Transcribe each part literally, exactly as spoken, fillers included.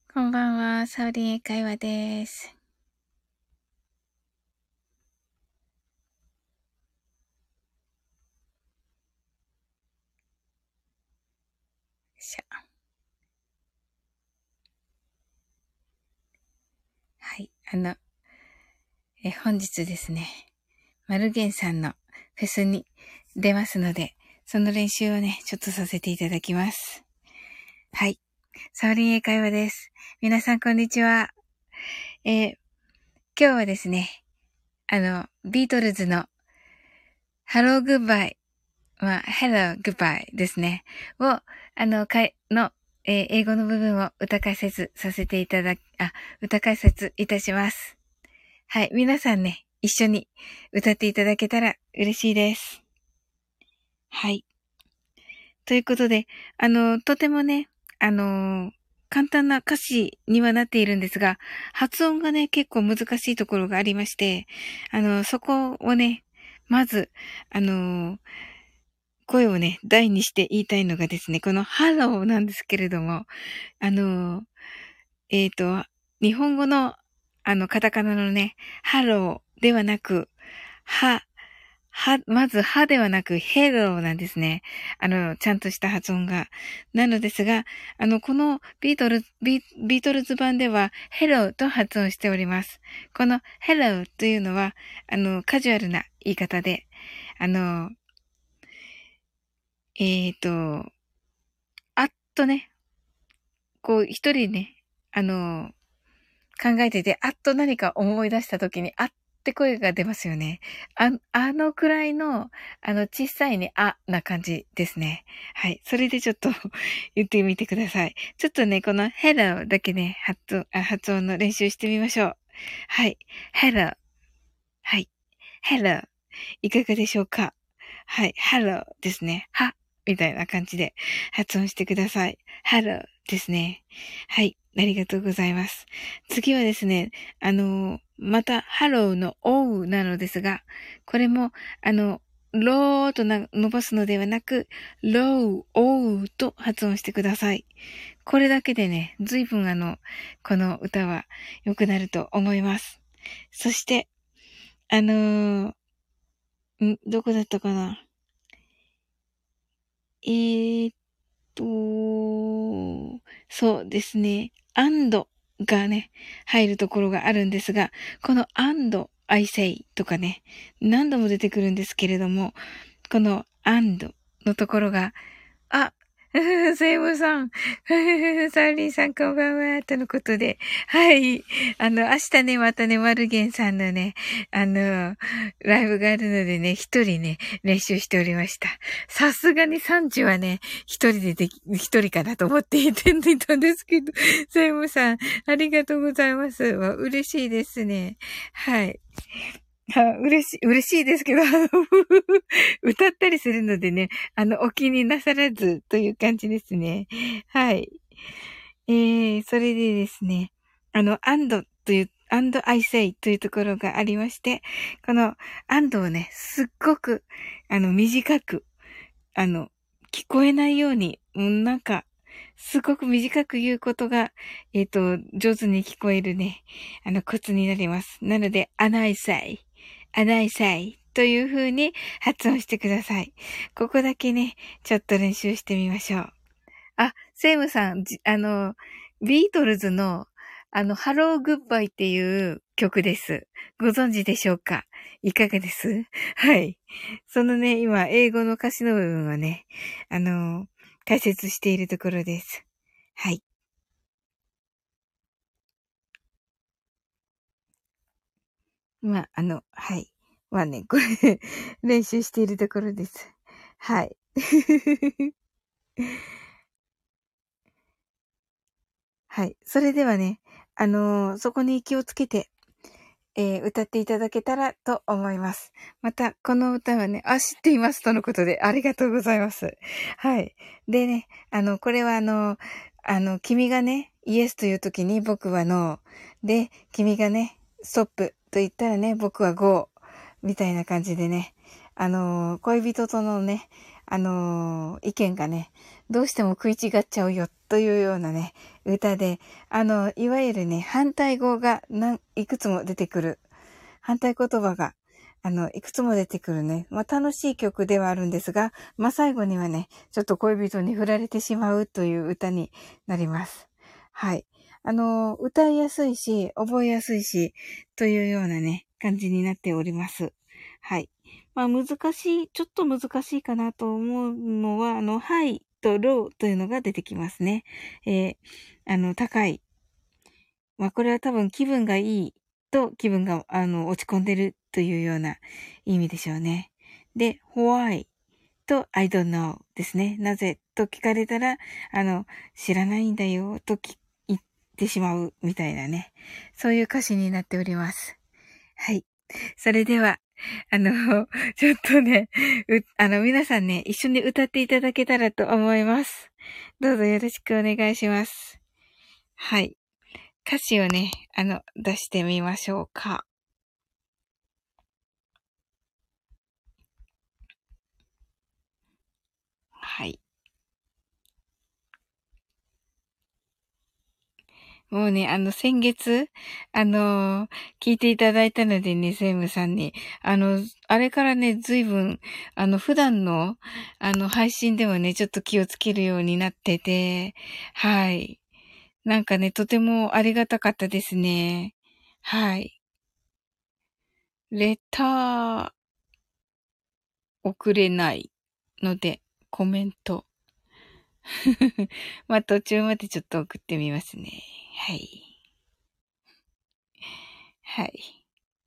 こんばんは、サオリン英会話です。よいしょ。はい、あの、え、本日ですね、マルゲンさんのフェスに出ますので、その練習をね、ちょっとさせていただきます。はい。サオリン英会話です。皆さんこんにちは。えー、今日はですね、あの、ビートルズのハローグッバイ、まあ、Hello Goodbye ですね。を、あの、かい、の、えー英語の部分を歌解説させていただき、あ、歌解説いたします。はい。皆さんね、一緒に歌っていただけたら嬉しいです。はい。ということで、あの、とてもね、あの、簡単な歌詞にはなっているんですが、発音がね、結構難しいところがありまして、あの、そこをね、まず、あの、声をね、大にして言いたいのがですね、このハローなんですけれども、あの、えっと、日本語の、あの、カタカナのね、ハローではなく、は、は、まず、はではなく、ヘローなんですね。あの、ちゃんとした発音が。なのですが、あの、このビートルズ、ビビートルズ版では、ヘローと発音しております。このヘローというのは、あの、カジュアルな言い方で、あの、えっと、あっとね、こう、一人ね、あの、考えてて、あっと何か思い出した時に、あって声が出ますよね。あ、あのくらいの、あの、小さいね、あ、な感じですね。はい。それでちょっと言ってみてください。ちょっとね、この hello だけね、発音、あ発音の練習してみましょう。はい。hello。はい。hello。いかがでしょうか？はい。hello ですね。は、みたいな感じで発音してください。hello ですね。はい。ありがとうございます。次はですね、あの、また、hello の o なのですが、これも、あの、ローとな伸ばすのではなく、ロー、おうと発音してください。これだけでね、随分あの、この歌は良くなると思います。そして、あのーん、どこだったかな。えーっと、そうですね。and がね、入るところがあるんですが、この and I say とかね、何度も出てくるんですけれども、この and のところが、あ、セイムさん、サーリンさんこんばんは、とのことで。はい。あの、明日ね、またね、マルゲンさんのね、あの、ライブがあるのでね、一人ね、練習しておりました。さすがにさんじはね、一人ででき、一人かなと思って言っていたんですけど、セイムさん、ありがとうございます。わ嬉しいですね。はい。あ、嬉しい、嬉しいですけど、あの、歌ったりするのでね、あの、お気になさらずという感じですね。はい。えー、それでですね、あの、and という、and I say というところがありまして、この and をね、すっごく、あの、短く、あの、聞こえないように、うんなんか、すごく短く言うことが、えっと、上手に聞こえるね、あの、コツになります。なので、and I say, and I say という風に発音してください。ここだけね、ちょっと練習してみましょう。あ、セイムさん、じあの、ビートルズの、あの、ハローグッバイっていう曲です。ご存知でしょうか？いかがです？はい。そのね、今、英語の歌詞の部分をね、あの、解説しているところです。はい。まあ、あの、はい。まあね、これ練習しているところです。はい。はい。それではね、あのそこに気をつけて、えー歌っていただけたらと思います。また、この歌はね、あ、知っていますとのことで、ありがとうございます。はい。でね、あの、これはあの、あの、君がね、イエスという時に僕はノー。で、君がね、ストップと言ったらね、僕はゴー。みたいな感じでね、あの、恋人とのね、あの、意見がね、どうしても食い違っちゃうよっというようなね、歌で、あの、いわゆるね、反対語がなんいくつも出てくる。反対言葉が、あの、いくつも出てくるね。まあ、楽しい曲ではあるんですが、まあ、最後にはね、ちょっと恋人に振られてしまうという歌になります。はい。あの、歌いやすいし、覚えやすいし、というようなね、感じになっております。はい。まあ、難しい、ちょっと難しいかなと思うのは、あの、ハイとローというのが出てきますね。えー、あの、高い。まあ、これは多分気分がいいと気分が、あの、落ち込んでるというような意味でしょうね。で、why と I don't know ですね。なぜと聞かれたら、あの、知らないんだよと言ってしまうみたいなね。そういう歌詞になっております。はい。それでは、あの、ちょっとね、う、あの、皆さんね、一緒に歌っていただけたらと思います。どうぞよろしくお願いします。はい。歌詞をね、あの、出してみましょうか。はい。もうね、あの、先月、あの聞いていただいたのでね、セイムさんに。あの、あれからね、随分、あの、普段の、あの、配信でもね、ちょっと気をつけるようになってて、はい。なんかね、とてもありがたかったですね。はい。レター送れないので、コメント。まあ、途中までちょっと送ってみますね。はい。はい。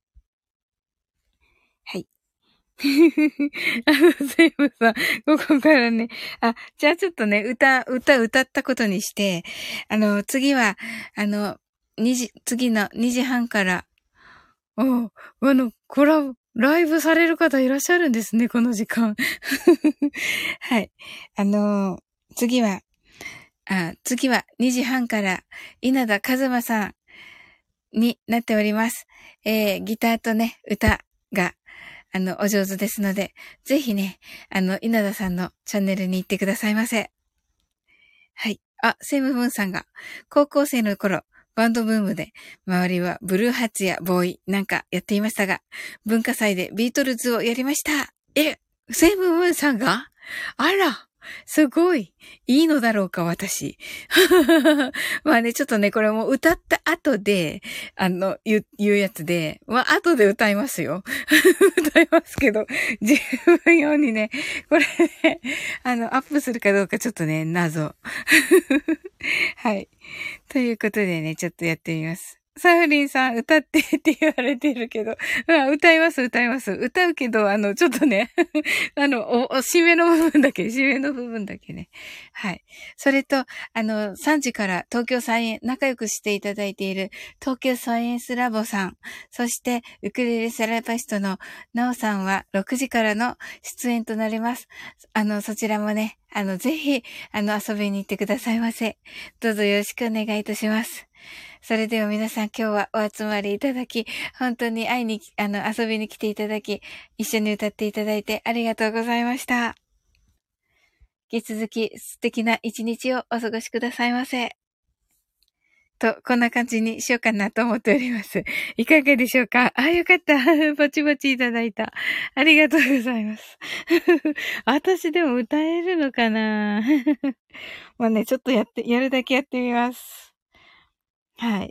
はい。あの、セイムさん、ここからね、あ、じゃあちょっとね、歌、歌、歌ったことにして、あの、次は、あの、2時、次のにじはんから、おあの、コラボ、ライブされる方いらっしゃるんですね、この時間。はい。あの、次は、あ、次はにじはんから、稲田和馬さんになっております。えー、ギターとね、歌が、あの、お上手ですので、ぜひね、あの、稲田さんのチャンネルに行ってくださいませ。はい。あ、セムブンさんが、高校生の頃、バンドブームで、周りはブルーハッツやボーイなんかやっていましたが、文化祭でビートルズをやりました。え、セムブンさんがあら、すごい。いいのだろうか、私。まあね、ちょっとね、これも歌った後で、あの、言う、言うやつで、まあ後で歌いますよ。歌いますけど、自分用にね、これね、あの、アップするかどうかちょっとね、謎。はい。ということでね、ちょっとやってみます。サフリンさん、歌ってって言われてるけど、うん、歌います、歌います。歌うけど、あの、ちょっとね、あの、お、お、締めの部分だけ、締めの部分だけね。はい。それと、あの、さんじから東京サイエン、仲良くしていただいている東京サイエンスラボさん、そして、ウクレレセラピストのナオさんはろくじからの出演となります。あの、そちらもね、あの、ぜひ、あの、遊びに行ってくださいませ。どうぞよろしくお願いいたします。それでは皆さん今日はお集まりいただき、本当に会いに、あの、遊びに来ていただき、一緒に歌っていただいてありがとうございました。引き続き素敵な一日をお過ごしくださいませ。と、こんな感じにしようかなと思っております。いかがでしょうか？あ、よかった。バチバチいただいた。ありがとうございます。私でも歌えるのかな？まあね、ちょっとやって、やるだけやってみます。はい。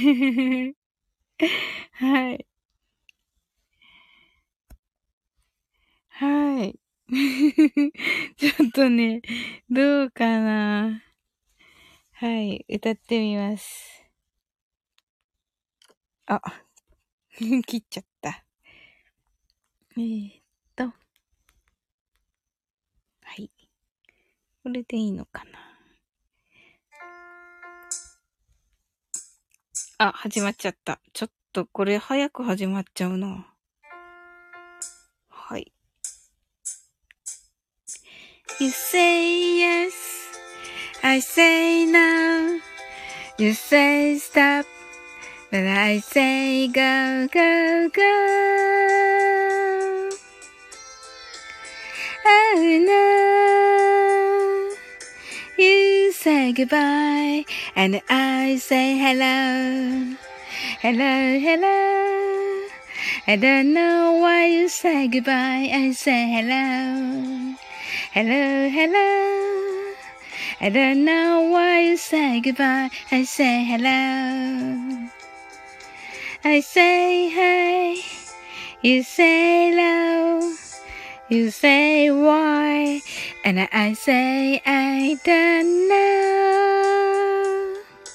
はい。はい。ちょっとね、どうかな。はい。歌ってみます。あ、切っちゃった。えー、っと。はい。これでいいのかな。あ、始まっちゃった。ちょっとこれ早く始まっちゃうな。はい。You say yes, I say no. You say stop, but I say go, go, go. Oh no. You say goodbye, and I say hello. Hello, hello. I don't know why you say goodbye, I say hello. Hello, hello. I don't know why you say goodbye, I say hello. I say hi, you say hello. You say why, and I say I don't know.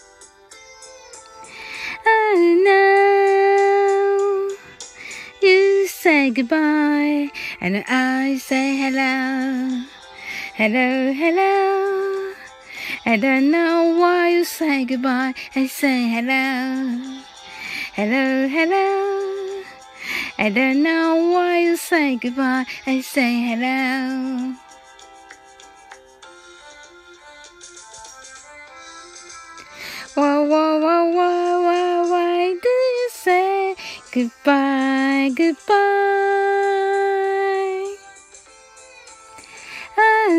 Oh no. You say goodbye, and I say hello. Hello, hello. I don't know why you say goodbye, I say hello. Hello, hello. I don't know why you say goodbye, I say hello. Why, why, why, why, why, why do you say goodbye, goodbye? Oh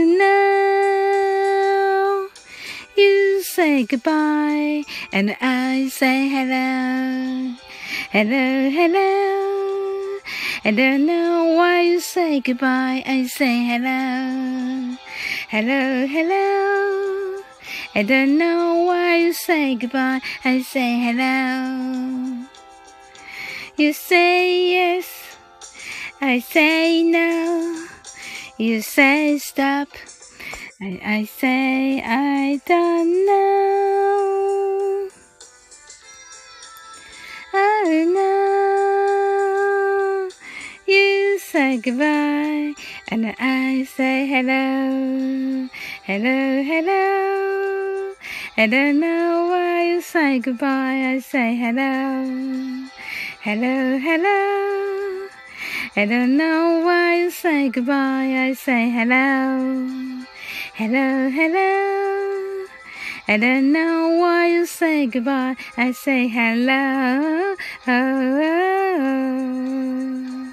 no. You say goodbye, and I say hello. Hello, hello. I don't know why you say goodbye, I say hello. Hello, hello. I don't know why you say goodbye, I say hello. You say yes, I say no. You say stop, and I say I don't know. Oh no. You say goodbye, and I say hello. Hello, hello. I don't know why you say goodbye, I say hello. Hello, hello. I don't know why you say goodbye, I say hello. Hello, hello. I don't know why you say goodbye, I say hello. Oh, oh, oh.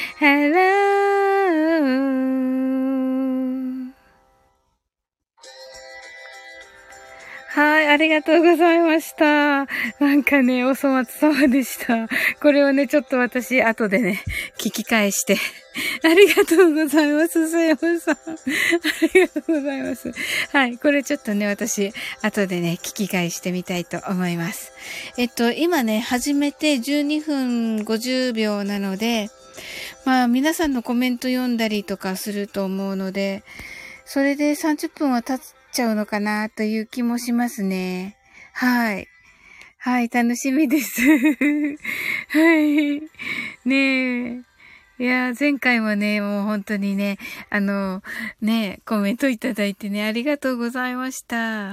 Hello. はい、ありがとうございました。なんかね、お粗末様でした。これをね、ちょっと私、後でね、聞き返して。ありがとうございます、すやまさん。ありがとうございます。はい、これちょっとね、私、後でね、聞き返してみたいと思います。えっと、今ね、始めてじゅうにふんごじゅうびょうなので、まあ、皆さんのコメント読んだりとかすると思うので、それでさんじゅっぷんは経つちゃうのかなという気もしますね。はい。はい、楽しみです。はい。ねえ。いや、前回もね、もう本当にね、あの、ね、コメントいただいてね、ありがとうございました。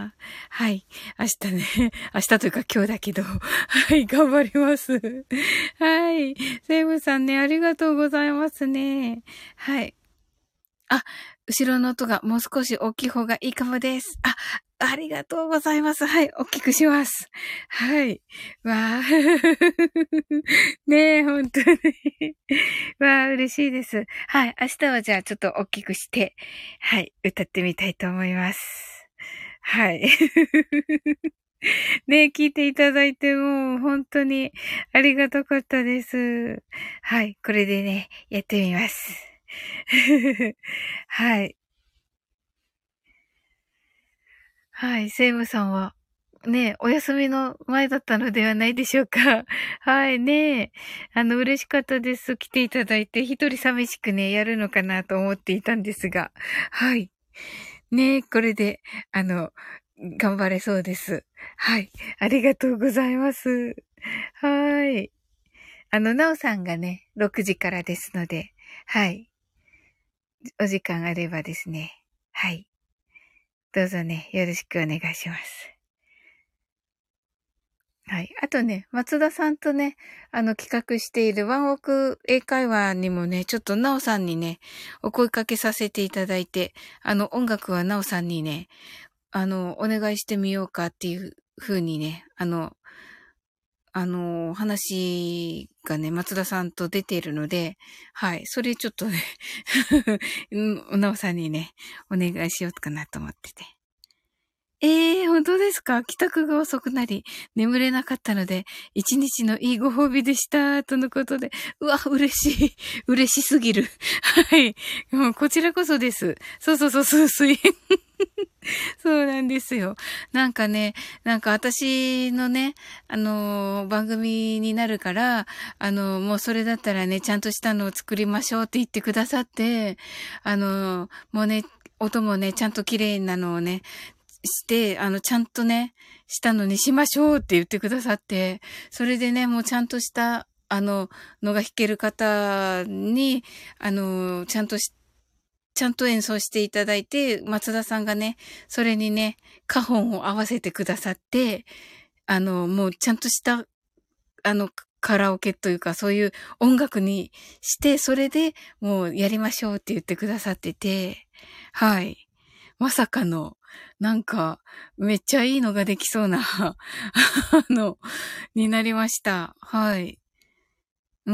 はい。明日ね、明日というか今日だけど、はい、頑張ります。はい。セイムさんね、ありがとうございますね。はい。あ、後ろの音がもう少し大きい方がいいかもです。あ、ありがとうございます。はい、大きくします。はい。わー。ねえ、本当に。わー、嬉しいです。はい、明日はじゃあちょっと大きくして、はい、歌ってみたいと思います。はい。ねえ、聞いていただいてもう本当にありがたかったです。はい、これでね、やってみます。はい。はい。セイムさんは、ね、お休みの前だったのではないでしょうか。はい。ね。あの、嬉しかったです。来ていただいて、一人寂しくね、やるのかなと思っていたんですが。はい。ね、これで、あの、頑張れそうです。はい。ありがとうございます。はい。あの、なおさんがね、ろくじからですので、はい。お時間あればですね。はい。どうぞね、よろしくお願いします。はい。あとね、松田さんとね、あの企画しているワンオク英会話にもね、ちょっとなおさんにね、お声かけさせていただいて、あの音楽はなおさんにね、あの、お願いしてみようかっていう風にね、あの、あの、話がね、松田さんと出ているので、はい。それちょっとね、なおさんにね、お願いしようかなと思ってて。え本当ですか？帰宅が遅くなり、眠れなかったので、一日のいいご褒美でした。とのことで。うわ、嬉しい。嬉しすぎる。はい。もうこちらこそです。そうそうそう、す水。そうなんですよ。なんかね、なんか私のね、あのー、番組になるから、あのー、もうそれだったらね、ちゃんとしたのを作りましょうって言ってくださって、あのー、もうね、音もね、ちゃんと綺麗なのをね、して、あの、ちゃんとね、したのにしましょうって言ってくださって、それでね、もうちゃんとした、あの、のが弾ける方に、あの、ちゃんとし、ちゃんと演奏していただいて、松田さんがね、それにね、花本を合わせてくださって、あの、もうちゃんとした、あの、カラオケというか、そういう音楽にして、それでもうやりましょうって言ってくださってて、はい。まさかの、なんか、めっちゃいいのができそうな、あの、になりました。はい。うん。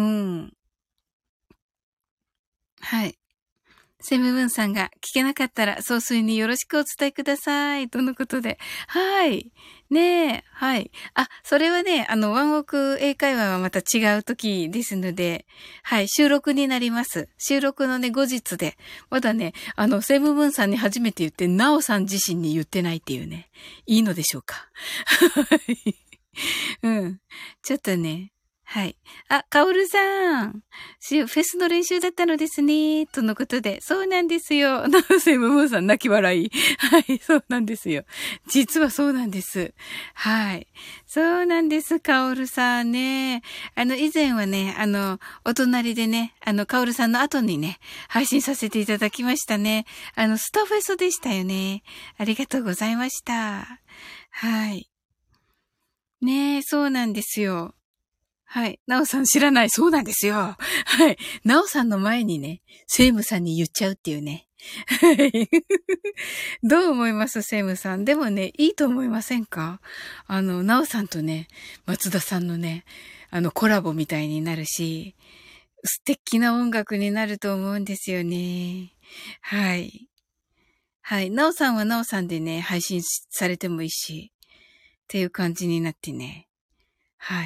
はい。セムブンさんが聞けなかったら、総帥によろしくお伝えください。とのことで。はい。ねえ。はい。あ、それはね、あの、ワンオク英会話はまた違う時ですので、はい。収録になります。収録のね、後日で。まだね、あの、セムブンさんに初めて言って、ナオさん自身に言ってないっていうね。いいのでしょうか。はい。うん。ちょっとね、はい。あ、カオルさん。しフェスの練習だったのですね。とのことで。そうなんですよ。なぜムムーさん泣き笑い。はい、そうなんですよ。実はそうなんです。はい。そうなんです、カオルさんね。あの、以前はね、あの、お隣でね、あの、カオルさんの後にね、配信させていただきましたね。あの、スタフェスでしたよね。ありがとうございました。はい。ねえ、そうなんですよ。はい。なおさん知らない。そうなんですよ。はい。なおさんの前にね、セイムさんに言っちゃうっていうね。はい。どう思いますセイムさん。でもね、いいと思いませんか？あの、なおさんとね、松田さんのね、あの、コラボみたいになるし、素敵な音楽になると思うんですよね。はい。はい。なおさんはなおさんでね、配信されてもいいし、っていう感じになってね。はい。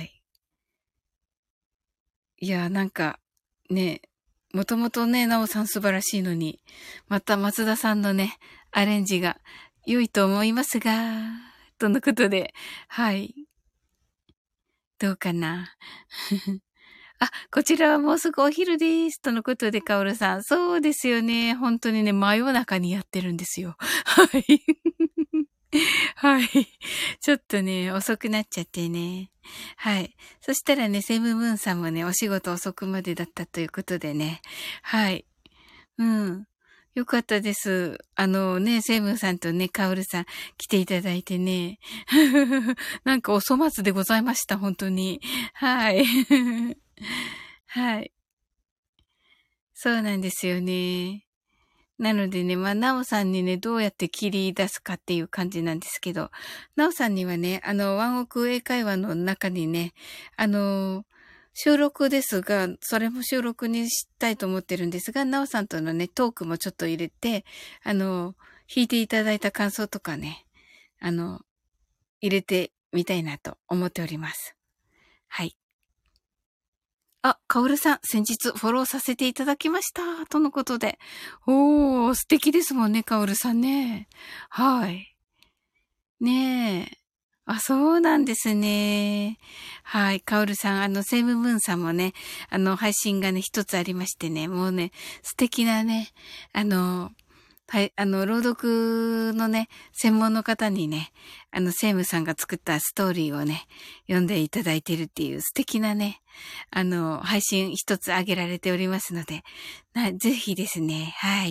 いや、なんか、ね、もともとね、なおさん素晴らしいのに、また松田さんのね、アレンジが良いと思いますが、とのことで、はい。どうかな。あ、こちらはもうすぐお昼です。とのことで、カオルさん。そうですよね。本当にね、真夜中にやってるんですよ。はい。はい。ちょっとね、遅くなっちゃってね。はい。そしたらね、セムムーンさんもね、お仕事遅くまでだったということでね。はい。うん。よかったです。あのね、セムさんとね、カオルさん来ていただいてね。なんかお粗末でございました、本当に。はい。はい。そうなんですよね。なのでね、まあ、なおさんにね、どうやって切り出すかっていう感じなんですけど、なおさんにはね、あの、ワンオク英会話の中にね、あの、収録ですが、それも収録にしたいと思ってるんですが、なおさんとのね、トークもちょっと入れて、あの、弾いていただいた感想とかね、あの、入れてみたいなと思っております。はい。あ、カオルさん、先日フォローさせていただきました。とのことで。おー、素敵ですもんね、カオルさんね。はい。ねえ。あ、そうなんですね。はい。カオルさん、あの、セイムムーンさんもね、あの、配信がね、一つありましてね、もうね、素敵なね、あの、はい、あの、朗読のね、専門の方にね、あの、セイムさんが作ったストーリーをね、読んでいただいているっていう素敵なね、あの、配信一つ上げられておりますので、なぜひですね、はい。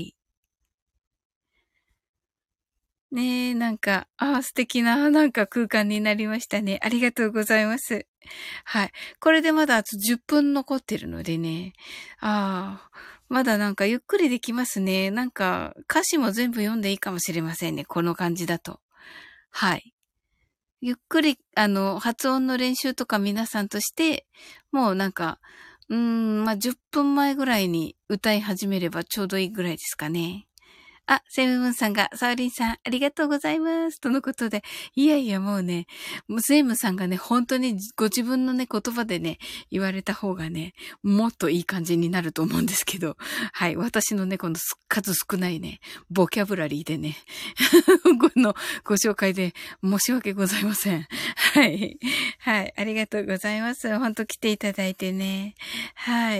ねえ、なんか、ああ、素敵な、なんか空間になりましたね。ありがとうございます。はい。これでまだあとじゅっぷん残ってるのでね。ああ、まだなんかゆっくりできますね。なんか歌詞も全部読んでいいかもしれませんね。この感じだと。はい。ゆっくり、あの、発音の練習とか皆さんとして、もうなんか、うーん、まあ、じゅっぷんまえぐらいに歌い始めればちょうどいいぐらいですかね。 あ、セムムーンさんが、サオリンさん、ありがとうございます。とのことで、いやいや、もうね、もうセムさんがね、本当にご自分のね、言葉でね、言われた方がね、もっといい感じになると思うんですけど、はい、私のね、この数少ないね、ボキャブラリーでね、このご紹介で申し訳ございません。はい。はい、ありがとうございます。本当来ていただいてね。はい。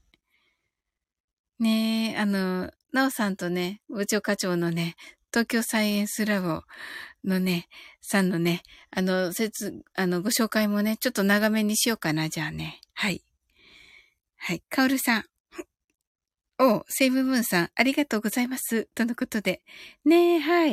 ねえ、あの、なおさんとね、部長課長のね、東京サイエンスラボのね、さんのね、あの、説、あの、ご紹介もね、ちょっと長めにしようかな、じゃあね。はい。はい。かおるさん。お、セイムムーンさん、ありがとうございます。とのことで。ねえ、はい。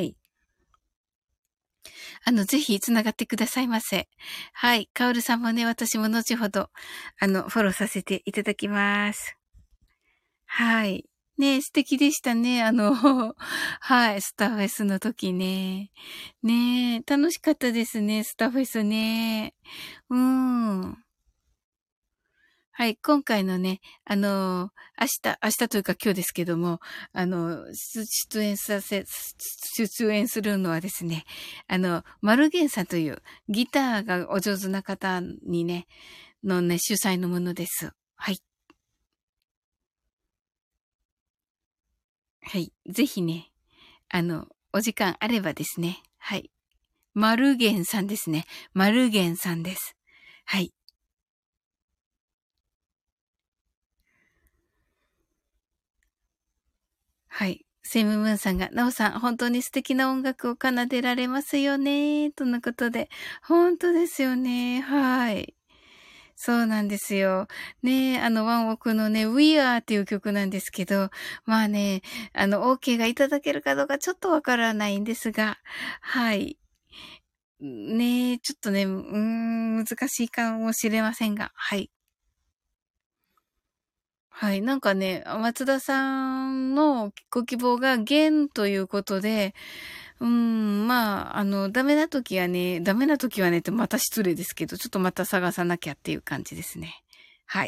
あの、ぜひ、つながってくださいませ。はい。かおるさんもね、私も後ほど、あの、フォローさせていただきます。はい。ねえ、素敵でしたね。あの、はい、スターフェスの時ね。ねえ、楽しかったですね、スターフェスね。うん。はい、今回のね、あの、明日、明日というか今日ですけども、あの、出出演させ、出演するのはですね、あの、マルゲンさんというギターがお上手な方にね、のね、主催のものです。はい。はい。ぜひね、あの、お時間あればですね。はい。マルゲンさんですね。マルゲンさんです。はい。はい。セムムーンさんが、ナオさん、本当に素敵な音楽を奏でられますよね。とのことで。本当ですよね。はい。そうなんですよ。ねあの、ワンオクのね、We Are っていう曲なんですけど、まあね、あの、OK がいただけるかどうかちょっとわからないんですが、はい。ねえ、ちょっとね、うーん、難しいかもしれませんが、はい。はい。なんかね、松田さんのご希望が弦ということで、うーん、まあ、あの、ダメな時はね、ダメな時はねってまた失礼ですけど、ちょっとまた探さなきゃっていう感じですね。はい。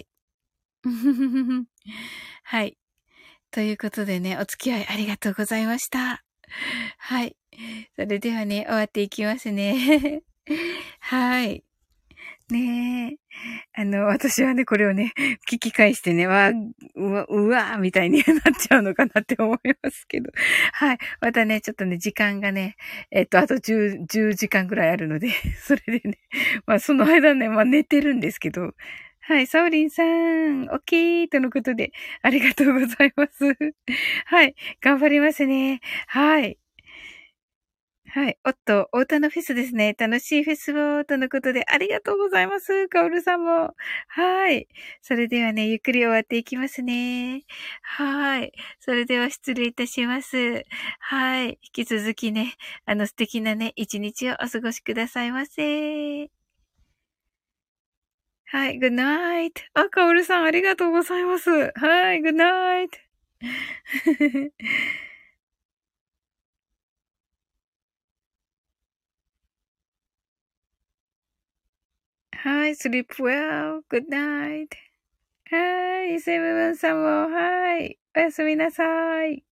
はい。ということでね、お付き合いありがとうございました。はい。それではね、終わっていきますね。はい。ねえ。あの、私はね、これをね、聞き返してね、わ、うわ、うわーみたいになっちゃうのかなって思いますけど。はい。またね、ちょっとね、時間がね、えっと、あとじゅう、じゅうじかんぐらいあるので、それでね、まあ、その間ね、まあ、寝てるんですけど、はい、サオリンさん、オッケーとのことで、ありがとうございます。はい、頑張りますね。はい。はい。おっと、お歌のフェスですね。楽しいフェスを、とのことで、ありがとうございます。カオルさんも。はい。それではね、ゆっくり終わっていきますね。はい。それでは失礼いたします。はい。引き続きね、あの素敵なね、一日をお過ごしくださいませ。はい。good night. あ、カオルさんありがとうございます。はい。good night. はい。sleep well. good night. はい。セブブンさんも、はい。おやすみなさい。